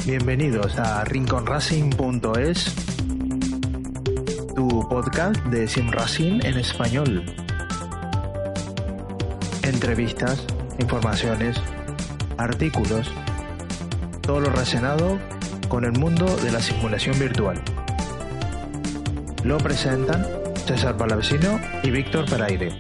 Bienvenidos a rinconracing.es, tu podcast de Sim Racing en español. Entrevistas, informaciones, artículos, todo lo relacionado con el mundo de la simulación virtual. Lo presentan César Palavecino y Víctor Peraire.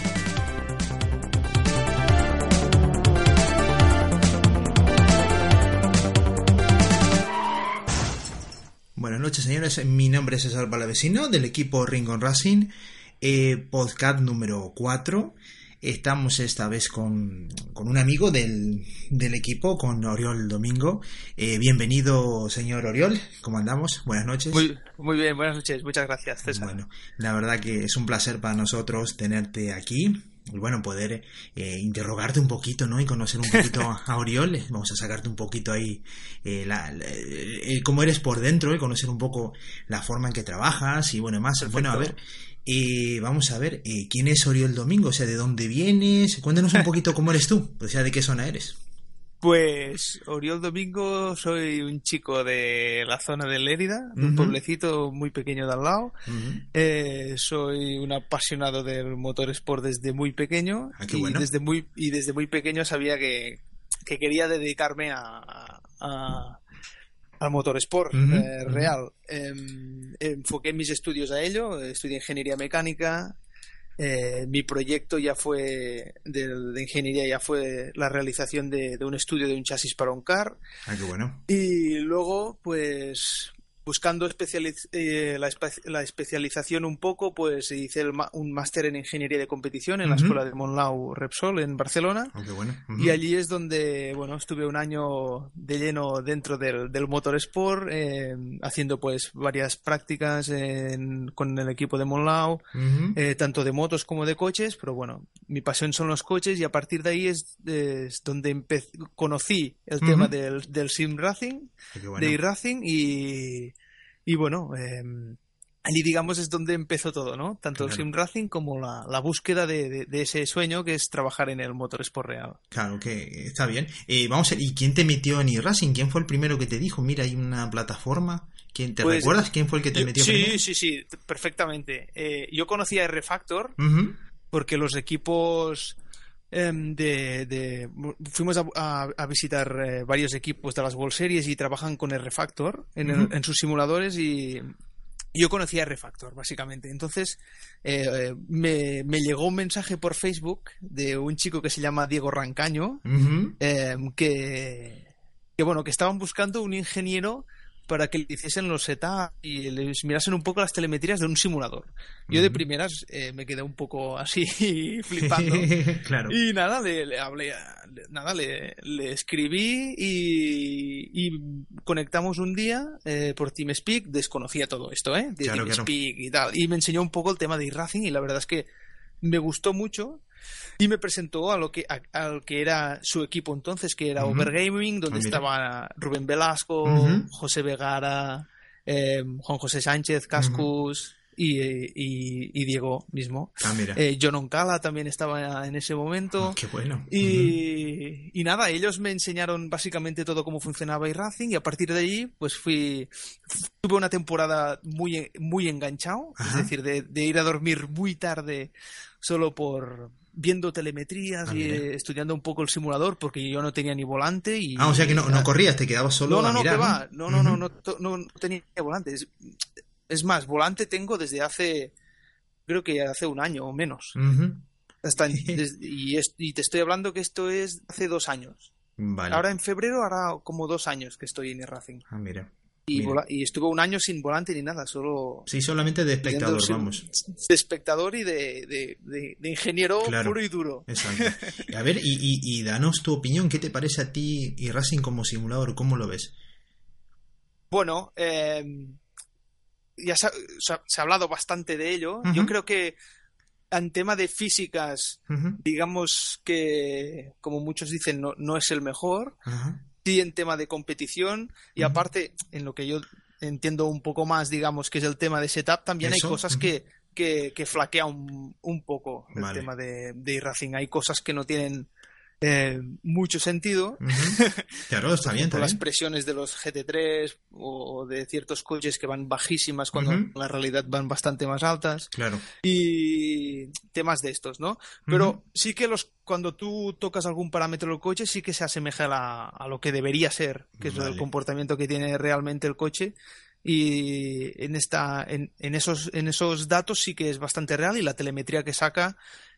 Buenas noches, señores. Mi nombre es César Palavecino, del equipo Rincon Racing, podcast número 4. Estamos esta vez con un amigo del equipo, con Oriol Domingo. Bienvenido, señor Oriol. ¿Cómo andamos? Buenas noches. Muy bien, buenas noches. Muchas gracias, César. Bueno, la verdad que es un placer para nosotros tenerte aquí. Y bueno, poder interrogarte un poquito, ¿no? Y conocer un poquito a Oriol. Vamos a sacarte un poquito ahí cómo eres por dentro, conocer un poco la forma en que trabajas y bueno, más. Perfecto. Bueno, a ver, vamos a ver, ¿quién es Oriol Domingo? O sea, ¿de dónde vienes? Cuéntanos un poquito cómo eres tú, o sea, ¿de qué zona eres? Pues Oriol Domingo, soy un chico de la zona de Lérida, de un pueblecito muy pequeño de al lado. Soy un apasionado del motorsport desde muy pequeño. Qué bueno. y desde muy pequeño sabía que quería dedicarme al motorsport real. Enfoqué mis estudios a ello, estudié ingeniería mecánica. Mi proyecto ya fue de ingeniería, ya fue la realización de un estudio de un chasis para un car. Qué bueno. Y luego, pues buscando la especialización un poco, pues hice un máster en ingeniería de competición en la escuela de Montlau Repsol en Barcelona. Qué bueno. Y allí es donde, bueno, estuve un año de lleno dentro del motorsport, haciendo pues varias prácticas con el equipo de Montlau, tanto de motos como de coches, pero bueno, mi pasión son los coches y a partir de ahí es donde conocí el tema del sim racing, bueno. de e-racing y bueno, allí digamos es donde empezó todo, ¿no? Tanto el sim racing como la búsqueda de ese sueño que es trabajar en el motorsport real. Claro, que está bien. Vamos a ver, ¿y quién te metió en e-racing? ¿Quién fue el primero que te dijo, mira, hay una plataforma? ¿Te recuerdas quién fue el que te metió primero? Sí, perfectamente. Yo conocí a R-Factor porque los equipos fuimos a visitar varios equipos de las World Series y trabajan con R-Factor en sus simuladores y yo conocí a R-Factor básicamente. Entonces me llegó un mensaje por Facebook de un chico que se llama Diego Rancaño, que estaban buscando un ingeniero para que le hiciesen los setups y les mirasen un poco las telemetrías de un simulador. Yo de primeras me quedé un poco así flipando. Claro. Y nada, le hablé, le escribí y conectamos un día por TeamSpeak. Desconocía todo esto, de TeamSpeak y tal. Y me enseñó un poco el tema de e-racing y la verdad es que me gustó mucho. Y me presentó al que era su equipo entonces, que era Overgaming, donde estaba Rubén Velasco, José Vegara, Juan José Sánchez, Cascus y Diego mismo. John Oncala también estaba en ese momento. ¡Qué bueno! Y nada, ellos me enseñaron básicamente todo cómo funcionaba iRacing y a partir de allí pues tuve una temporada muy, muy enganchado, es decir, de ir a dormir muy tarde solo por viendo telemetrías y estudiando un poco el simulador porque yo no tenía ni volante o sea que no corrías, te quedabas solo a mirar. No tenía volante. Es más, volante tengo desde creo que hace un año o menos. Y te estoy hablando que esto es hace 2 años. Vale. Ahora en febrero hará como 2 años que estoy en e-racing. Mira. Y estuve un año sin volante ni nada, solamente de espectador, vamos. De espectador y de ingeniero puro y duro. Exacto. A ver, y danos tu opinión, ¿qué te parece a ti e-racing como simulador? ¿Cómo lo ves? Bueno, ya se ha hablado bastante de ello. Yo creo que en tema de físicas, digamos que, como muchos dicen, no es el mejor. Sí, en tema de competición y aparte, en lo que yo entiendo un poco más, digamos, que es el tema de setup, también hay cosas que flaquean un poco el tema de e-racing. Hay cosas que no tienen mucho sentido. Claro, está bien. Por las presiones de los GT3 o de ciertos coches que van bajísimas cuando en la realidad van bastante más altas. Claro. Y temas de estos, ¿no? Pero sí que cuando tú tocas algún parámetro del coche sí que se asemeja a lo que debería ser, que es el comportamiento que tiene realmente el coche. Y en esos datos sí que es bastante real, y la telemetría que saca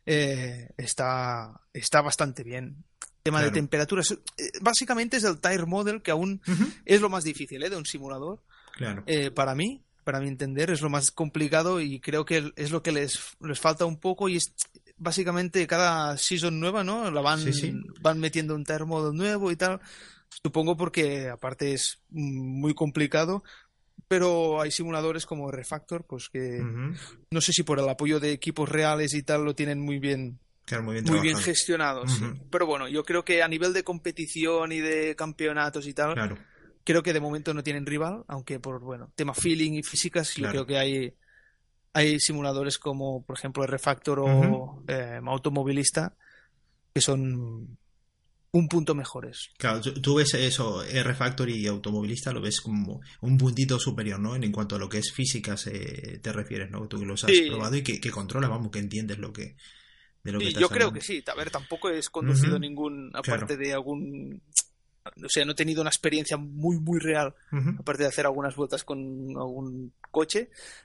está bastante bien. Tema de temperaturas, básicamente es el tire model, que aún es lo más difícil de un simulador. Claro. Para mi entender es lo más complicado, y creo que es lo que les falta un poco, y es básicamente cada season nueva, ¿no? Van metiendo un tire model nuevo y tal, supongo, porque aparte es muy complicado. Pero hay simuladores como R-Factor, pues que no sé si por el apoyo de equipos reales y tal lo tienen muy bien gestionados. Sí. Pero bueno, yo creo que a nivel de competición y de campeonatos y tal, creo que de momento no tienen rival, aunque por tema feeling y físicas, yo creo que hay simuladores como, por ejemplo, R-Factor o Automovilista, que son un punto mejores. Claro, tú ves eso, R-Factor y Automovilista, lo ves como un puntito superior, ¿no? En cuanto a lo que es físicas te refieres, ¿no? Tú que los has probado y que controlas, vamos, que entiendes de lo que yo creo que sí. A ver, tampoco he conducido ningún, aparte de algún... O sea, no he tenido una experiencia muy, muy real, aparte de hacer algunas vueltas con algún coche.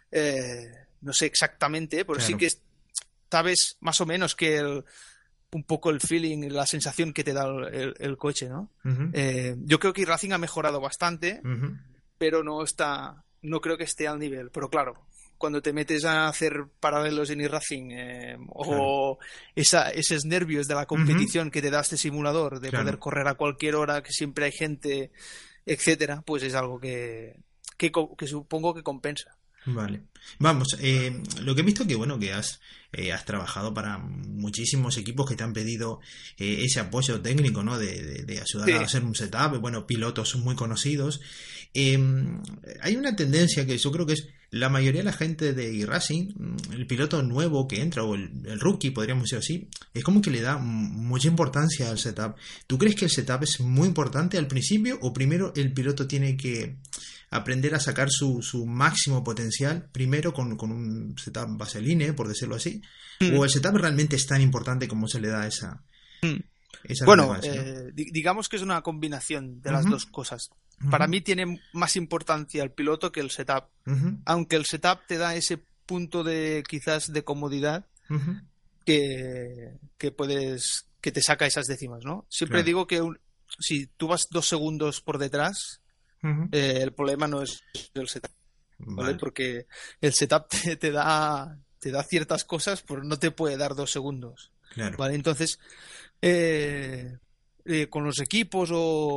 No sé exactamente, pero sí que sabes más o menos que un poco el feeling, la sensación que te da el coche, ¿no? Yo creo que iRacing ha mejorado bastante, pero no creo que esté al nivel. Pero claro, cuando te metes a hacer paralelos en iRacing o esos nervios de la competición que te da este simulador, de poder correr a cualquier hora, que siempre hay gente, etcétera, pues es algo que supongo que compensa. Vale. Vamos, lo que he visto que has trabajado para muchísimos equipos que te han pedido ese apoyo técnico, ¿no? De ayudar a hacer un setup, pilotos muy conocidos. Hay una tendencia que yo creo que es la mayoría de la gente de iRacing, el piloto nuevo que entra, o el rookie, podríamos decir así, es como que le da mucha importancia al setup. ¿Tú crees que el setup es muy importante al principio, o primero el piloto tiene que aprender a sacar su máximo potencial primero con un setup vaseline, por decirlo así? ¿O el setup realmente es tan importante como se le da esa relevancia, ¿no? Digamos que es una combinación de las dos cosas. Para mí tiene más importancia el piloto que el setup, aunque el setup te da ese punto de quizás de comodidad que te saca esas décimas, ¿no? Siempre digo que si tú vas 2 segundos por detrás, el problema no es el setup, ¿vale? Porque el setup te da ciertas cosas, pero no te puede dar 2 segundos, ¿vale? Entonces con los equipos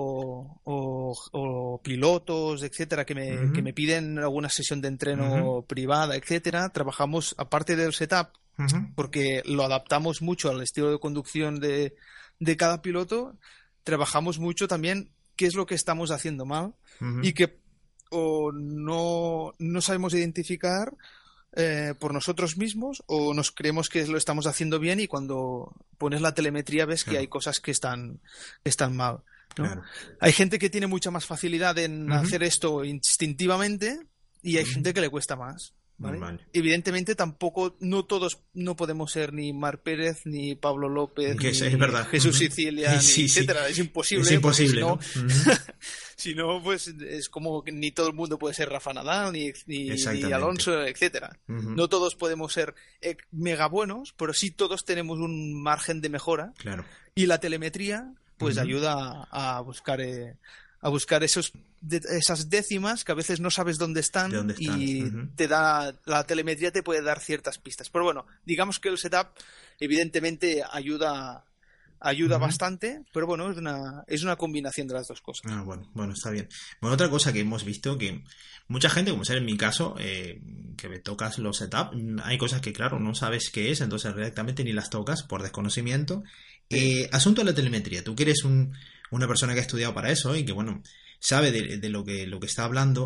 o pilotos, etcétera, que me piden alguna sesión de entreno privada, etcétera, trabajamos aparte del setup, porque lo adaptamos mucho al estilo de conducción de cada piloto. Trabajamos mucho también qué es lo que estamos haciendo mal y que no sabemos identificar por nosotros mismos, o nos creemos que lo estamos haciendo bien, y cuando pones la telemetría ves que hay cosas que están mal, ¿no? Hay gente que tiene mucha más facilidad en hacer esto instintivamente, y hay gente que le cuesta más, ¿vale? Evidentemente no todos no podemos ser ni Marc Pérez, ni Pablo López, ni es verdad. Jesús Sicilia, etcétera. Es imposible. Es imposible, ¿no? Si no, pues es como que ni todo el mundo puede ser Rafa Nadal, ni Alonso, etcétera. No todos podemos ser mega buenos, pero sí todos tenemos un margen de mejora. Y la telemetría pues ayuda a buscar esas décimas que a veces no sabes dónde están. Y la telemetría te puede dar ciertas pistas. Pero bueno, digamos que el setup evidentemente ayuda bastante, pero bueno, es una combinación de las dos cosas. Bueno, está bien. Bueno, otra cosa que hemos visto, que mucha gente, como ser en mi caso, que me tocas los setup, hay cosas que claro, no sabes qué es, entonces directamente ni las tocas por desconocimiento. Asunto de la telemetría, tú que eres una persona que ha estudiado para eso y que bueno, sabe de lo que está hablando,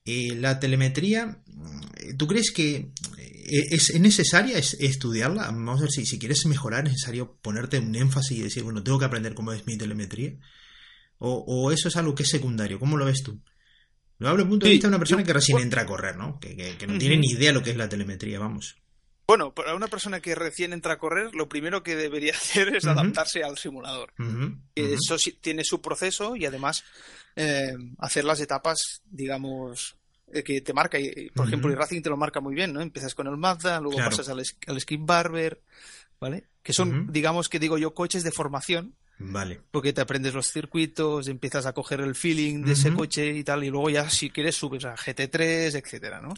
La telemetría, ¿tú crees que es necesaria estudiarla? Vamos a ver, si quieres mejorar, es necesario ponerte un énfasis y decir, bueno, tengo que aprender cómo es mi telemetría. ¿O eso es algo que es secundario? ¿Cómo lo ves tú? Lo hablo desde el punto de vista de una persona que recién entra a correr, ¿no? Que no tiene ni idea de lo que es la telemetría, vamos. Bueno, para una persona que recién entra a correr, lo primero que debería hacer es adaptarse al simulador. Eso sí, tiene su proceso y además hacer las etapas, digamos, que te marca. Por ejemplo, el Racing te lo marca muy bien, ¿no? Empiezas con el Mazda, luego pasas al Skip Barber, ¿vale? Que son, digamos, que digo yo, coches de formación. Vale. Porque te aprendes los circuitos, empiezas a coger el feeling de ese coche y tal, y luego ya, si quieres, subes a GT3, etcétera, ¿no?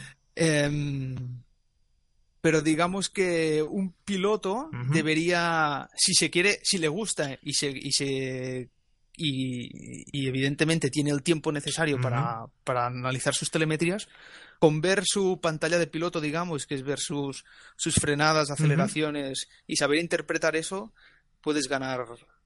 Pero digamos que un piloto debería, si le gusta y evidentemente tiene el tiempo necesario para analizar sus telemetrías, con ver su pantalla de piloto, digamos, que es ver sus frenadas, aceleraciones y saber interpretar eso, puedes ganar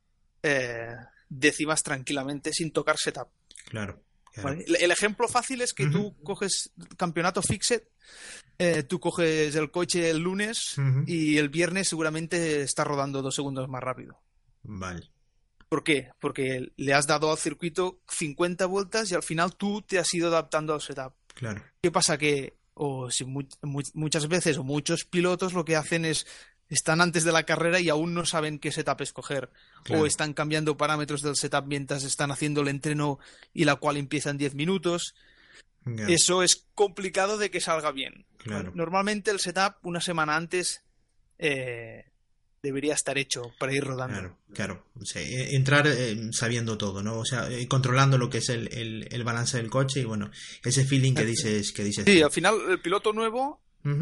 décimas tranquilamente sin tocar setup. Claro. ¿Vale? El ejemplo fácil es que tú coges campeonato Fixed, tú coges el coche el lunes y el viernes seguramente está rodando 2 segundos más rápido. Vale. ¿Por qué? Porque le has dado al circuito 50 vueltas y al final tú te has ido adaptando al setup. Claro. ¿Qué pasa? Que muchas veces o muchos pilotos lo que hacen es están antes de la carrera y aún no saben qué setup escoger. Claro. O están cambiando parámetros del setup mientras están haciendo el entreno y la cual empieza en 10 minutos. Claro. Eso es complicado de que salga bien. Claro. Normalmente el setup una semana antes debería estar hecho para ir rodando. Claro. O sea, entrar sabiendo todo, ¿no? O sea, controlando lo que es el balance del coche y bueno, ese feeling que dices. Sí, al final el piloto nuevo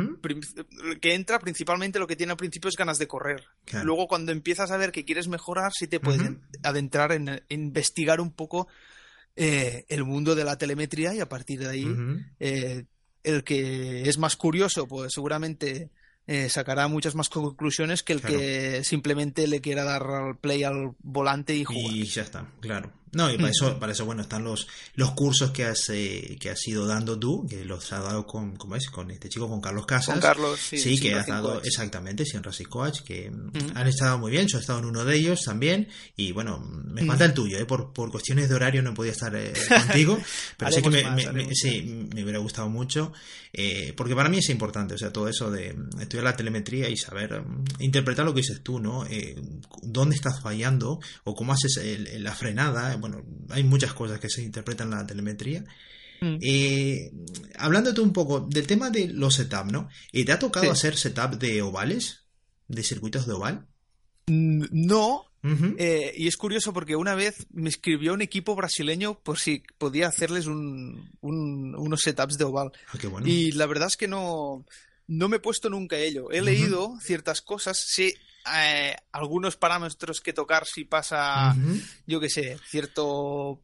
que entra, principalmente lo que tiene al principio es ganas de correr. Claro. Luego cuando empiezas a ver que quieres mejorar, sí te puedes adentrar en investigar un poco el mundo de la telemetría y a partir de ahí el que es más curioso pues seguramente sacará muchas más conclusiones que el que simplemente le quiera dar al play al volante y jugar. Y ya está, claro. No, y para eso bueno, están los cursos que has ido dando tú, que los has dado con este chico, con Carlos Casas. Con Carlos, sí, que has dado coach. Exactamente, sí, en Racing Coach, que han estado muy bien. Yo he estado en uno de ellos también, y bueno, me falta el tuyo, por cuestiones de horario no podía estar contigo, pero sé que me hubiera gustado mucho, porque para mí es importante, o sea, todo eso de estudiar la telemetría y saber interpretar lo que dices tú, ¿no? Dónde estás fallando o cómo haces la frenada. Bueno, hay muchas cosas que se interpretan en la telemetría. Hablándote un poco del tema de los setups, ¿no? ¿Te ha tocado hacer setup de ovales? ¿De circuitos de oval? No. Y es curioso porque una vez me escribió un equipo brasileño por si podía hacerles unos setups de oval. Qué bueno. Y la verdad es que no me he puesto nunca a ello. He leído ciertas cosas, sí. Algunos parámetros que tocar si pasa, yo qué sé, cierto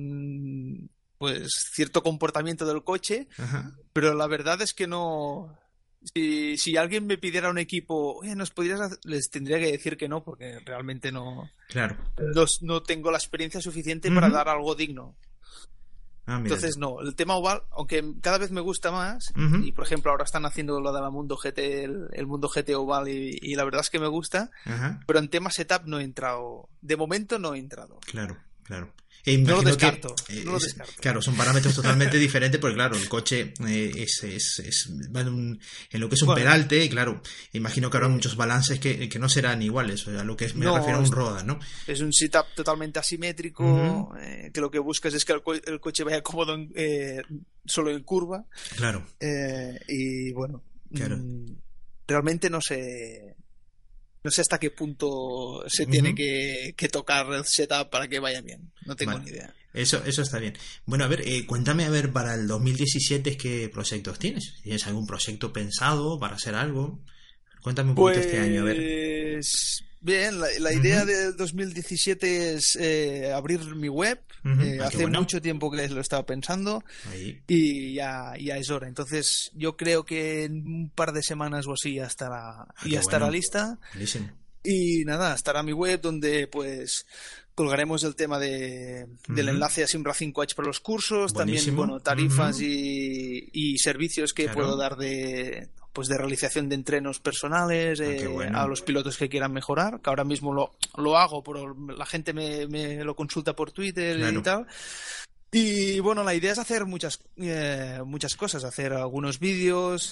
comportamiento del coche, pero la verdad es que no. Si alguien me pidiera un equipo, ¿nos podrías les tendría que decir que no, porque realmente no. Claro. No tengo la experiencia suficiente para dar algo digno. Entonces no, el tema oval, aunque cada vez me gusta más, y por ejemplo ahora están haciendo lo de la Mundo GT, el Mundo GT oval y la verdad es que me gusta, pero en tema setup no he entrado, de momento no he entrado. Claro. No lo descarto. Claro, son parámetros totalmente diferentes porque claro, el coche va en lo que es un pedalte y claro, imagino que habrá muchos balances que no serán iguales, o sea, lo que me refiero a un roda, ¿no? Es un setup totalmente asimétrico, que lo que buscas es que el coche vaya cómodo solo en curva. Claro. Y bueno, realmente no sé hasta qué punto se tiene que tocar el setup para que vaya bien. No tengo ni idea. Eso está bien. Bueno, a ver, cuéntame a ver para el 2017 qué proyectos tienes. ¿Tienes algún proyecto pensado para hacer algo? Cuéntame un poquito este año, a ver. Bien, la idea del 2017 es abrir mi web. Hace mucho tiempo que lo estaba pensando y ya es hora. Entonces yo creo que en un par de semanas o así ya estará lista. Buenísimo. Y nada, estará mi web donde pues colgaremos el tema del enlace a Sim Racing Coach para los cursos. Buenísimo. También tarifas y servicios que puedo dar de realización de entrenos personales a los pilotos que quieran mejorar, que ahora mismo lo hago, pero la gente me lo consulta por Twitter y tal. Y bueno, la idea es hacer muchas cosas, hacer algunos vídeos,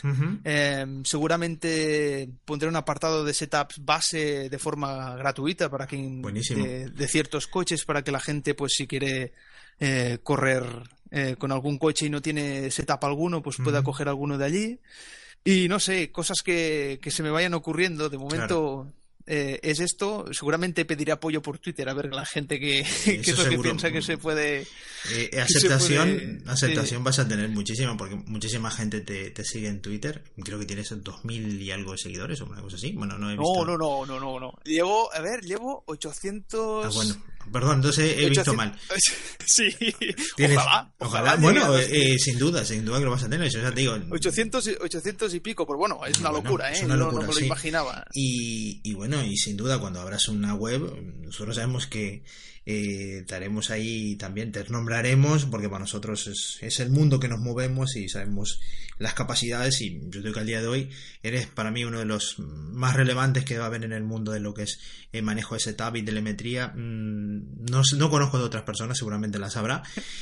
seguramente pondré un apartado de setups base de forma gratuita para quien de ciertos coches, para que la gente, pues si quiere correr con algún coche y no tiene setup alguno, pues pueda coger alguno de allí. Y no sé, cosas que se me vayan ocurriendo. De momento es esto. Seguramente pediré apoyo por Twitter a ver la gente que es lo que piensa que se puede. Aceptación vas a tener muchísima, porque muchísima gente te sigue en Twitter. Creo que tienes 2000 y algo de seguidores o una cosa así. Bueno, no he visto. No. Llevo 800. Ah, bueno. Perdón, entonces he visto mal. Sí, ojalá. Bueno, sin duda que lo vas a tener. Eso ya te digo. 800 y pico, pero bueno, es una locura, es una locura, no me lo imaginaba. Y bueno, y sin duda cuando abras una web, nosotros sabemos que estaremos ahí también, te nombraremos, porque para nosotros es el mundo que nos movemos y sabemos las capacidades, y yo creo que al día de hoy eres para mí uno de los más relevantes que va a haber en el mundo de lo que es el manejo de setup y telemetría. No conozco de otras personas, seguramente las habrá,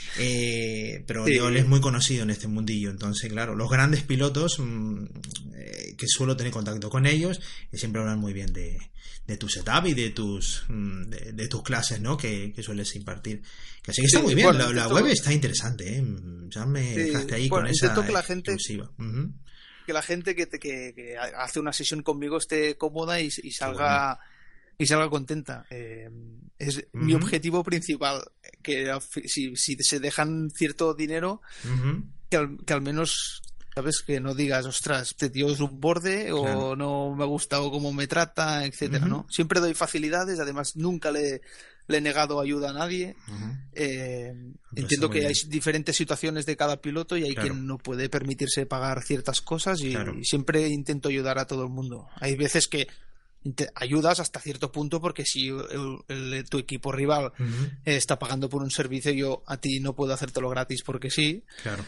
pero digo, él es muy conocido en este mundillo. Entonces, claro, los grandes pilotos que suelo tener contacto con ellos siempre hablan muy bien de tu setup y de tus clases, ¿no? que sueles impartir. Así que está muy bien, bueno, la web está interesante, ¿eh? Ya me dejaste ahí con esa exclusiva. Que la gente que hace una sesión conmigo esté cómoda y salga contenta. Es mi objetivo principal, que si se dejan cierto dinero, que al menos, ¿sabes? Que no digas, ostras, este tío es un borde, o no me ha gustado cómo me trata, etcétera, ¿no? Siempre doy facilidades, además nunca le he negado ayuda a nadie. Entiendo que hay diferentes situaciones de cada piloto y hay quien no puede permitirse pagar ciertas cosas y siempre intento ayudar a todo el mundo. Hay veces que ayudas hasta cierto punto, porque si tu equipo rival está pagando por un servicio, yo a ti no puedo hacértelo gratis porque sí.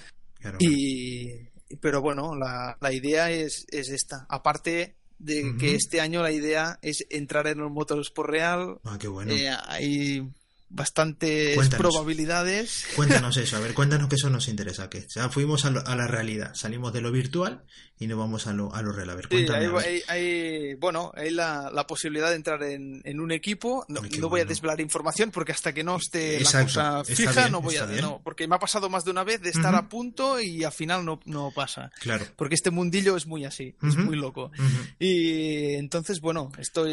Pero bueno, la idea es esta. Aparte de que este año la idea es entrar en los Motorsport Real. Qué bueno. Hay bastantes probabilidades. Cuéntanos eso, a ver, cuéntanos, que eso nos interesa, que ya fuimos a la realidad, salimos de lo virtual y nos vamos a lo real. A ver, cuéntame. Hay la posibilidad de entrar en un equipo. No voy a desvelar información, porque hasta que no esté la cosa fija, no voy a... No, porque me ha pasado más de una vez de estar a punto y al final no pasa. Claro. Porque este mundillo es muy así, es muy loco. Y entonces, bueno,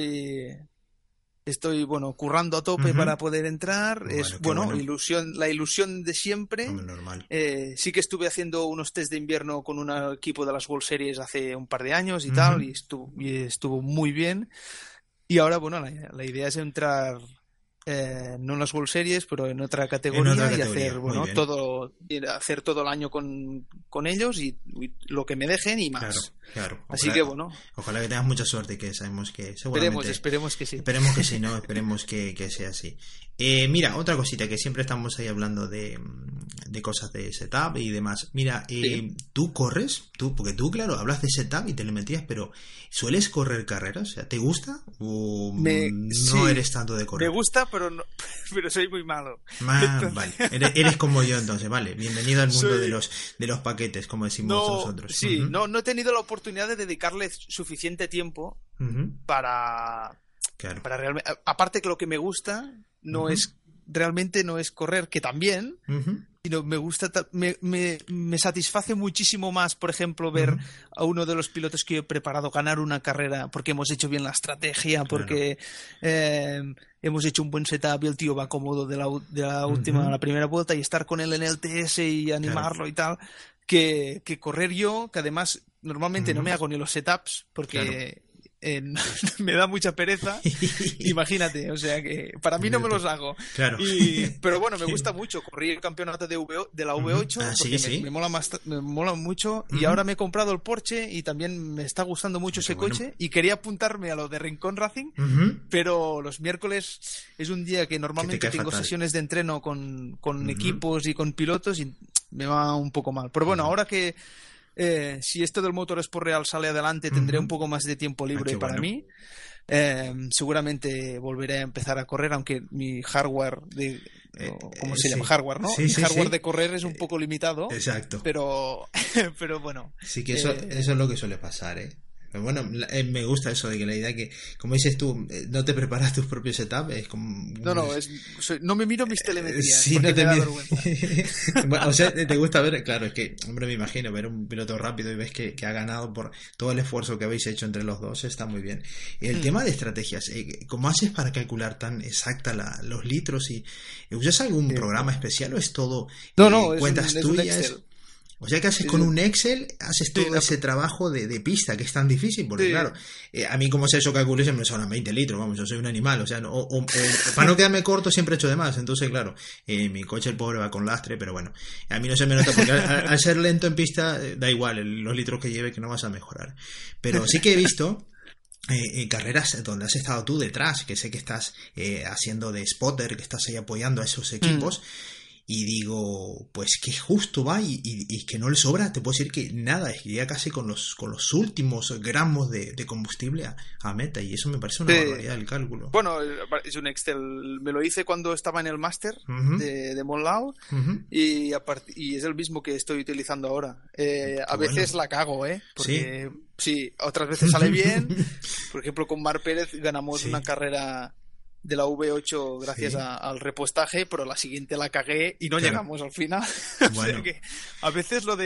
estoy currando a tope para poder entrar. Es la ilusión de siempre. Normal. Sí que estuve haciendo unos test de invierno con un equipo de las World Series hace un par de años y tal, y estuvo muy bien. Y ahora, la idea es entrar no en las World Series, pero en otra categoría, y hacer todo el año con ellos y lo que me dejen y más. Claro. Así que ojalá que tengas mucha suerte, que sabemos que seguramente esperemos que sí. Esperemos que sí, ¿no? Esperemos que sea así. Mira, otra cosita, que siempre estamos ahí hablando de cosas de setup y demás. Mira, ¿tú corres? Porque tú, claro, hablas de setup y telemetrías, pero ¿sueles correr carreras? O sea, ¿te gusta? ¿O no eres tanto de correr? Me gusta, pero soy muy malo. Vale, eres como yo, entonces, vale. Bienvenido al mundo de los paquetes, como decimos nosotros. Sí, no he tenido la oportunidad de dedicarle suficiente tiempo para realmente... Aparte, que lo que me gusta no es correr, que también, sino me gusta, me satisface muchísimo más, por ejemplo, ver a uno de los pilotos que he preparado ganar una carrera porque hemos hecho bien la estrategia, porque hemos hecho un buen setup y el tío va cómodo de la última a la primera vuelta, y estar con él en el TS y animarlo y tal, que correr yo, que además normalmente no me hago ni los setups porque me da mucha pereza, imagínate, o sea que para mí no me los hago. Claro. Pero bueno, me gusta mucho, corrí el campeonato de la V8 porque me mola mucho, y ahora me he comprado el Porsche y también me está gustando mucho ese coche, y quería apuntarme a lo de Rincón Racing, pero los miércoles es un día que normalmente tengo sesiones de entreno con equipos y con pilotos y me va un poco mal. Pero bueno, ahora que si esto del Motorsport Real sale adelante, tendré un poco más de tiempo libre para mí. Seguramente volveré a empezar a correr, aunque mi hardware ¿cómo se llama? Hardware, ¿no? Mi hardware de correr es un poco limitado. Exacto. Pero bueno. Sí que eso es lo que suele pasar, ¿eh? Pero bueno, me gusta eso de que la idea que, como dices tú, no te preparas tus propios setups, es como... No me miro mis telemetrías, sí, porque no te me da vergüenza. Bueno, o sea, te gusta ver, claro, es que, hombre, me imagino, ver un piloto rápido y ves que ha ganado por todo el esfuerzo que habéis hecho entre los dos, está muy bien. Y el tema de estrategias, ¿cómo haces para calcular tan exacta los litros? Y ¿usas algún programa especial o es todo cuentas tuyas? O sea que haces con un Excel, haces todo ese trabajo de pista que es tan difícil, porque claro, a mí como sé eso calculo se me sobran 20 litros, vamos, yo soy un animal, o sea, para no quedarme corto siempre echo de más, entonces claro, mi coche el pobre va con lastre, pero bueno, a mí no se me nota porque al ser lento en pista da igual los litros que lleve que no vas a mejorar, pero sí que he visto... carreras donde has estado tú detrás, que sé que estás haciendo de spotter, que estás ahí apoyando a esos equipos. Y digo, pues que justo va y que no le sobra, te puedo decir que nada, es que ya casi con los últimos gramos de combustible a meta, y eso me parece una barbaridad el cálculo. Bueno, es un Excel, me lo hice cuando estaba en el máster de Monlau, y es el mismo que estoy utilizando ahora. A veces la cago, porque sí, otras veces sale bien. Por ejemplo, con Marc Pérez ganamos una carrera de la V8 gracias al repostaje, pero la siguiente la cagué y no llegamos al final. Bueno. O sea que a veces lo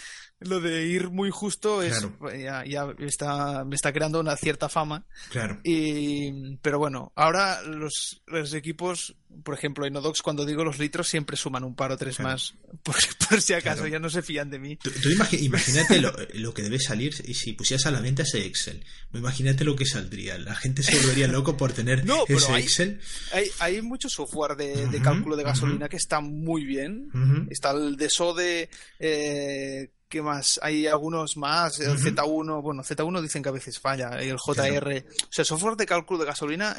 de ir muy justo es ya me está creando una cierta fama. Claro. Pero bueno, ahora los equipos, por ejemplo, en Odox, cuando digo los litros, siempre suman un par o tres más, por si acaso, ya no se fían de mí. Tú imagínate lo que debe salir, y si pusieras a la venta ese Excel, imagínate lo que saldría. La gente se volvería loco por tener ese Excel. Hay mucho software de cálculo de gasolina que está muy bien. Está el de SODE, ¿qué más? Hay algunos más, el Z1, bueno, Z1 dicen que a veces falla, y el JR, o sea, software de cálculo de gasolina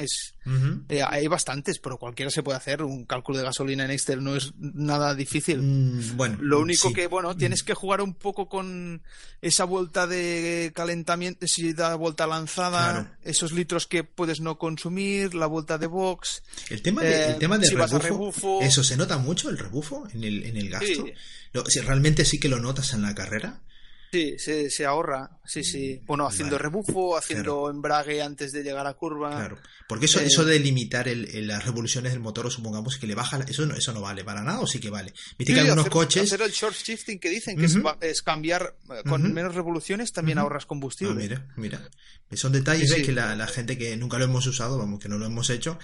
hay bastantes, pero cualquiera se puede hacer un cálculo de gasolina en Excel, no es nada difícil. Bueno, lo único que, tienes que jugar un poco con esa vuelta de calentamiento, si da vuelta lanzada, esos litros que puedes no consumir, la vuelta de box. El tema del si rebufo, eso se nota mucho, el rebufo en el gasto. ¿Realmente sí que lo notas en la carrera? Sí, se ahorra, sí. Bueno, haciendo rebufo, haciendo embrague antes de llegar a curva. Claro, porque eso de limitar las revoluciones del motor, o supongamos que le baja, eso no vale para nada, o sí que vale. Viste que algunos coches... Hacer el short shifting que dicen que es cambiar con menos revoluciones, también ahorras combustible. Mira. Son detalles que la gente que nunca lo hemos usado, vamos, que no lo hemos hecho,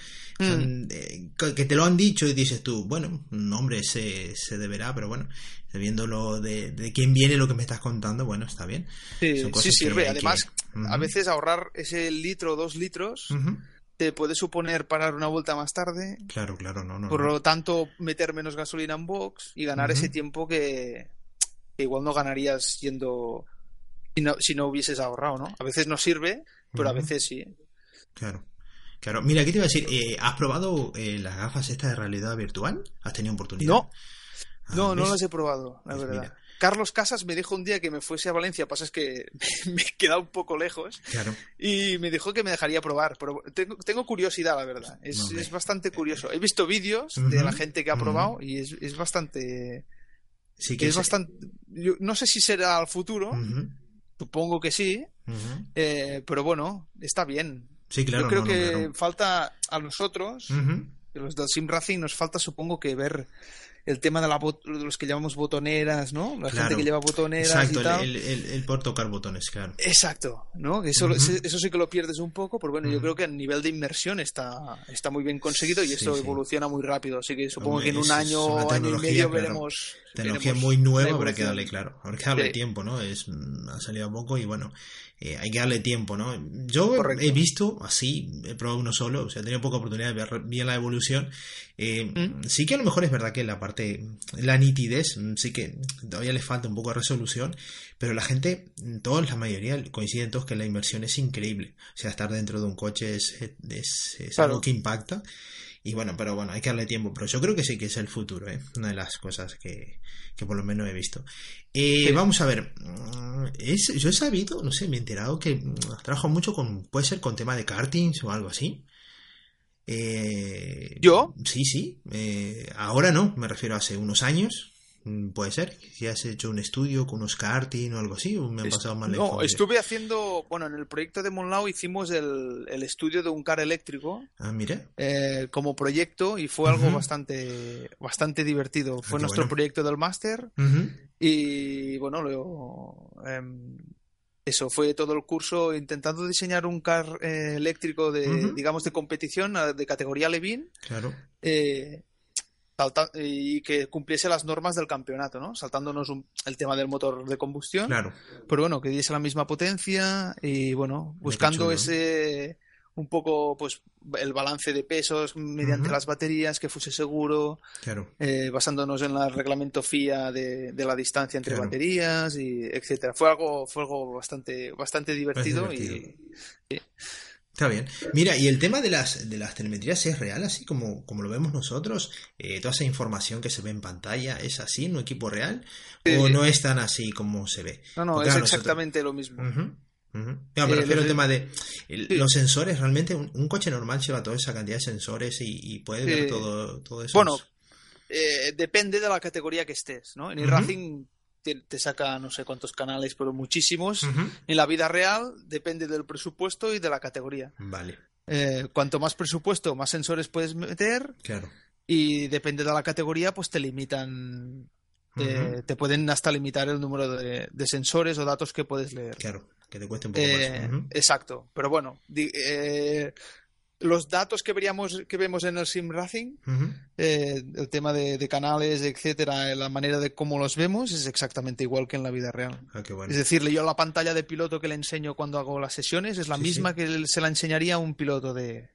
que te lo han dicho y dices tú, bueno, no, hombre, se deberá, pero bueno, viendo lo de quién viene lo que me estás contando, bueno, está bien. Sí, sirve. Además, a veces ahorrar ese litro o 2 litros te puede suponer parar una vuelta más tarde. Claro, no. Por lo tanto, meter menos gasolina en box y ganar ese tiempo que igual no ganarías yendo... Si no hubieses ahorrado, ¿no? A veces no sirve, pero a veces sí. Claro. Mira, ¿qué te iba a decir? ¿Has probado las gafas estas de realidad virtual? ¿Has tenido oportunidad? No las he probado, la verdad. Mira. Carlos Casas me dijo un día que me fuese a Valencia, pasa es que me queda un poco lejos, y me dijo que me dejaría probar, pero tengo curiosidad, la verdad, es bastante curioso. He visto vídeos de la gente que ha probado y es bastante... Sí que es bastante... Yo no sé si será al futuro, supongo que sí, pero bueno, está bien. Sí, claro. Yo creo que falta a nosotros, los del Sim Racing, nos falta, supongo que ver el tema de los que llamamos botoneras, ¿no? La gente que lleva botoneras. Exacto, y tal. el poder tocar botones, claro. Exacto, ¿no? Eso sí que lo pierdes un poco, pero bueno, yo creo que a nivel de inmersión está muy bien conseguido y esto evoluciona muy rápido, así que supongo que en un año y medio veremos... Tecnología muy nueva, habrá que darle, tiempo, ¿no? Ha salido a poco y bueno, hay que darle tiempo, ¿no? Yo he visto así, he probado uno solo, o sea, he tenido poca oportunidad de ver bien la evolución. Sí que a lo mejor es verdad que la nitidez, sí que todavía le falta un poco de resolución, pero la mayoría coinciden todos que la inmersión es increíble. O sea, estar dentro de un coche es algo que impacta. Y bueno, pero bueno, hay que darle tiempo. Pero yo creo que sí que es el futuro, ¿eh? Una de las cosas que por lo menos he visto. Vamos a ver. Yo he sabido, no sé, me he enterado que trabajo mucho puede ser con tema de kartings o algo así. ¿Yo? Sí. Ahora no, me refiero a hace unos años. Puede ser, si has hecho un estudio con unos karting o algo así, o me han pasado mal la información. No, estuve haciendo, bueno, en el proyecto de Monlau hicimos el estudio de un car eléctrico. Ah, mira. Como proyecto y fue algo bastante divertido. Fue nuestro proyecto del máster y bueno, eso fue todo el curso intentando diseñar un car eléctrico digamos, de competición de categoría Levin. Claro. Y que cumpliese las normas del campeonato, ¿no? Saltándonos el tema del motor de combustión, claro, pero bueno, que diese la misma potencia y bueno, buscando un poco pues el balance de pesos mediante las baterías, que fuese seguro, claro, basándonos en el reglamento FIA de la distancia entre baterías y etcétera. Fue algo bastante divertido. Y está bien. Mira, y el tema de las telemetrías es real, así como lo vemos nosotros. Toda esa información que se ve en pantalla es así en un equipo real, o no es tan así como se ve. No, porque es exactamente lo mismo. No, me refiero al tema de los sensores. Realmente un coche normal lleva toda esa cantidad de sensores y puede ver todo eso. Bueno, depende de la categoría que estés, ¿no? En el Racing te saca no sé cuántos canales, pero muchísimos. En la vida real depende del presupuesto y de la categoría. Vale. Cuanto más presupuesto, más sensores puedes meter. Claro. Y depende de la categoría, pues te limitan. Te pueden hasta limitar el número de sensores o datos que puedes leer. Claro, que te cueste un poco más. Exacto. Pero bueno, los datos que vemos en el Sim Racing, el tema de canales, etcétera, la manera de cómo los vemos es exactamente igual que en la vida real. Qué bueno. Es decir, yo la pantalla de piloto que le enseño cuando hago las sesiones es la misma que se la enseñaría a un piloto de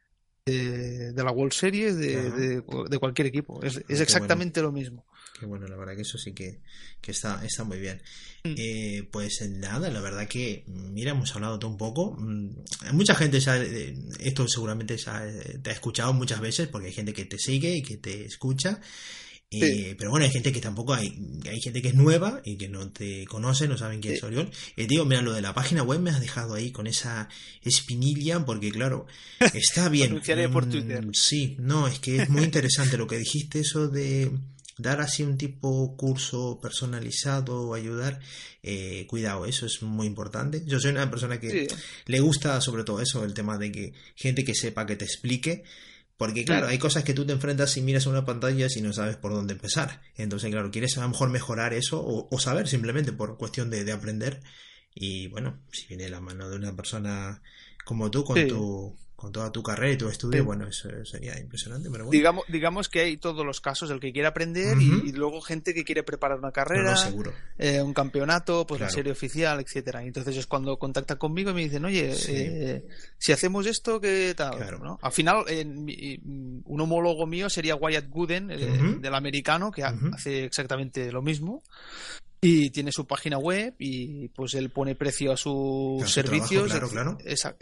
la World Series de cualquier equipo. Es exactamente lo mismo. Qué bueno, la verdad que eso sí que está muy bien. Pues nada, la verdad que, mira, hemos hablado todo un poco. Mucha gente ya, esto seguramente ya te ha escuchado muchas veces, porque hay gente que te sigue y que te escucha. Pero bueno, hay gente que tampoco hay gente que es nueva y que no te conoce, no saben quién es Oriol. Tío, mira, lo de la página web me has dejado ahí con esa espinilla, porque claro, está bien. Anunciaré por Twitter. Sí, no, es que es muy interesante lo que dijiste, eso de dar así un tipo curso personalizado o ayudar. Cuidado, eso es muy importante. Yo soy una persona que le gusta sobre todo eso, el tema de que gente que sepa, que te explique. Porque claro, hay cosas que tú te enfrentas y miras a una pantalla si no sabes por dónde empezar. Entonces, claro, quieres a lo mejor mejorar eso o saber simplemente por cuestión de aprender. Y bueno, si viene de la mano de una persona como tú, con toda tu carrera y tu estudio, bueno, eso sería impresionante. Pero bueno. Digamos que hay todos los casos, el que quiere aprender y luego gente que quiere preparar una carrera, seguro. Un campeonato, pues la serie oficial, etcétera. Y entonces es cuando contactan conmigo y me dicen, oye, si hacemos esto, ¿qué tal? Claro. ¿No? Al final, un homólogo mío sería Wyatt Gooden, del americano, que hace exactamente lo mismo. Y tiene su página web y pues él pone precio a sus servicios. Claro.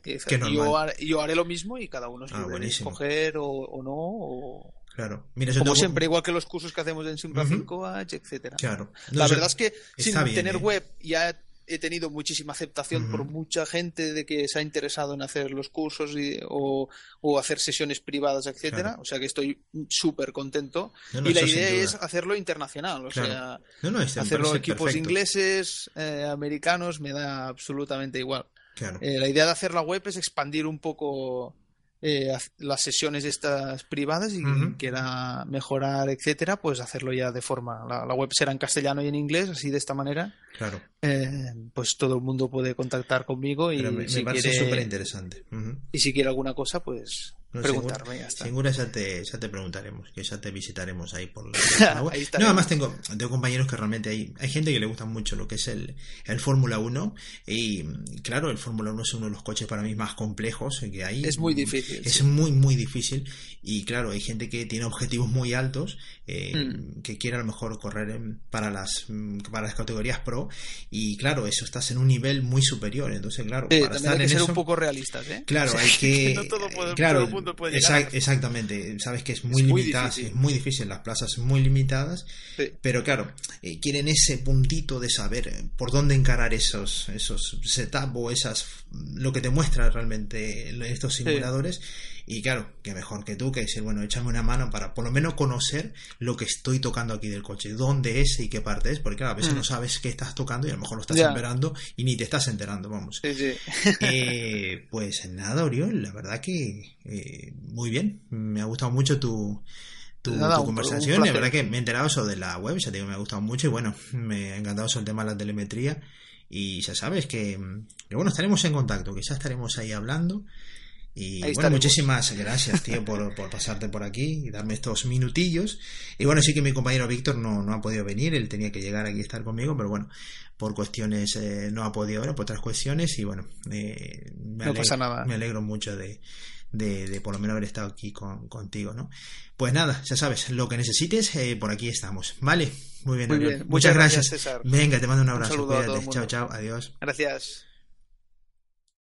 Yo haré lo mismo y cada uno es libre de escoger o no. Claro. Mira, como siempre, igual que los cursos que hacemos en Sim Racing Coach, etcétera. Claro. La verdad es que sin tener bien, web ya he tenido muchísima aceptación por mucha gente de que se ha interesado en hacer los cursos o hacer sesiones privadas, etcétera. Claro. O sea que estoy súper contento. Y la idea es hacerlo internacional, o sea, hacerlo equipos perfecto. Ingleses, americanos, me da absolutamente igual. Claro. La idea de hacer la web es expandir un poco las sesiones estas privadas y quien quiera mejorar, etcétera, pues hacerlo ya de forma... La web será en castellano y en inglés, así de esta manera. Claro. Pues todo el mundo puede contactar conmigo y me parece súper interesante. Y si quiere alguna cosa, pues... preguntarme, ya está. Seguro ya te preguntaremos, que ya te visitaremos ahí por la web. No, además tengo compañeros que realmente hay gente que le gusta mucho lo que es el Fórmula 1 y claro, el Fórmula 1 es uno de los coches para mí más complejos que hay. Es muy difícil. Es muy, muy difícil y claro, hay gente que tiene objetivos muy altos, que quiere a lo mejor correr para las categorías pro y claro, eso estás en un nivel muy superior, entonces claro, para estar hay que ser un poco realistas, ¿eh? Claro, hay que... no todo puede, claro, todo puede llegar. Exactamente, sabes que es muy limitado, es muy difícil, las plazas son muy limitadas, pero claro, quieren ese puntito de saber por dónde encarar esos setup o lo que te muestra realmente estos simuladores. Y claro, que mejor que tú que decir, bueno, échame una mano para por lo menos conocer lo que estoy tocando aquí del coche, dónde es y qué parte es, porque claro, a veces no sabes qué estás tocando y a lo mejor lo estás esperando y ni te estás enterando, vamos. Pues nada, Oriol, la verdad que muy bien, me ha gustado mucho tu conversación, la verdad que me he enterado sobre la web, ya te digo, me ha gustado mucho y bueno, me ha encantado sobre el tema de la telemetría y ya sabes que bueno, estaremos en contacto, quizás estaremos ahí hablando. Y bueno, muchísimas gracias, tío, por pasarte por aquí y darme estos minutillos. Y bueno, sí que mi compañero Víctor no ha podido venir, él tenía que llegar aquí a estar conmigo, pero bueno, por cuestiones no ha podido ahora, por otras cuestiones. Y bueno, pasa nada. Me alegro mucho de por lo menos haber estado aquí contigo, ¿no? Pues nada, ya sabes, lo que necesites, por aquí estamos, ¿vale? Muy bien. Muchas gracias, César. Venga, te mando un abrazo. Un saludo a todo el mundo. Chao, adiós. Gracias.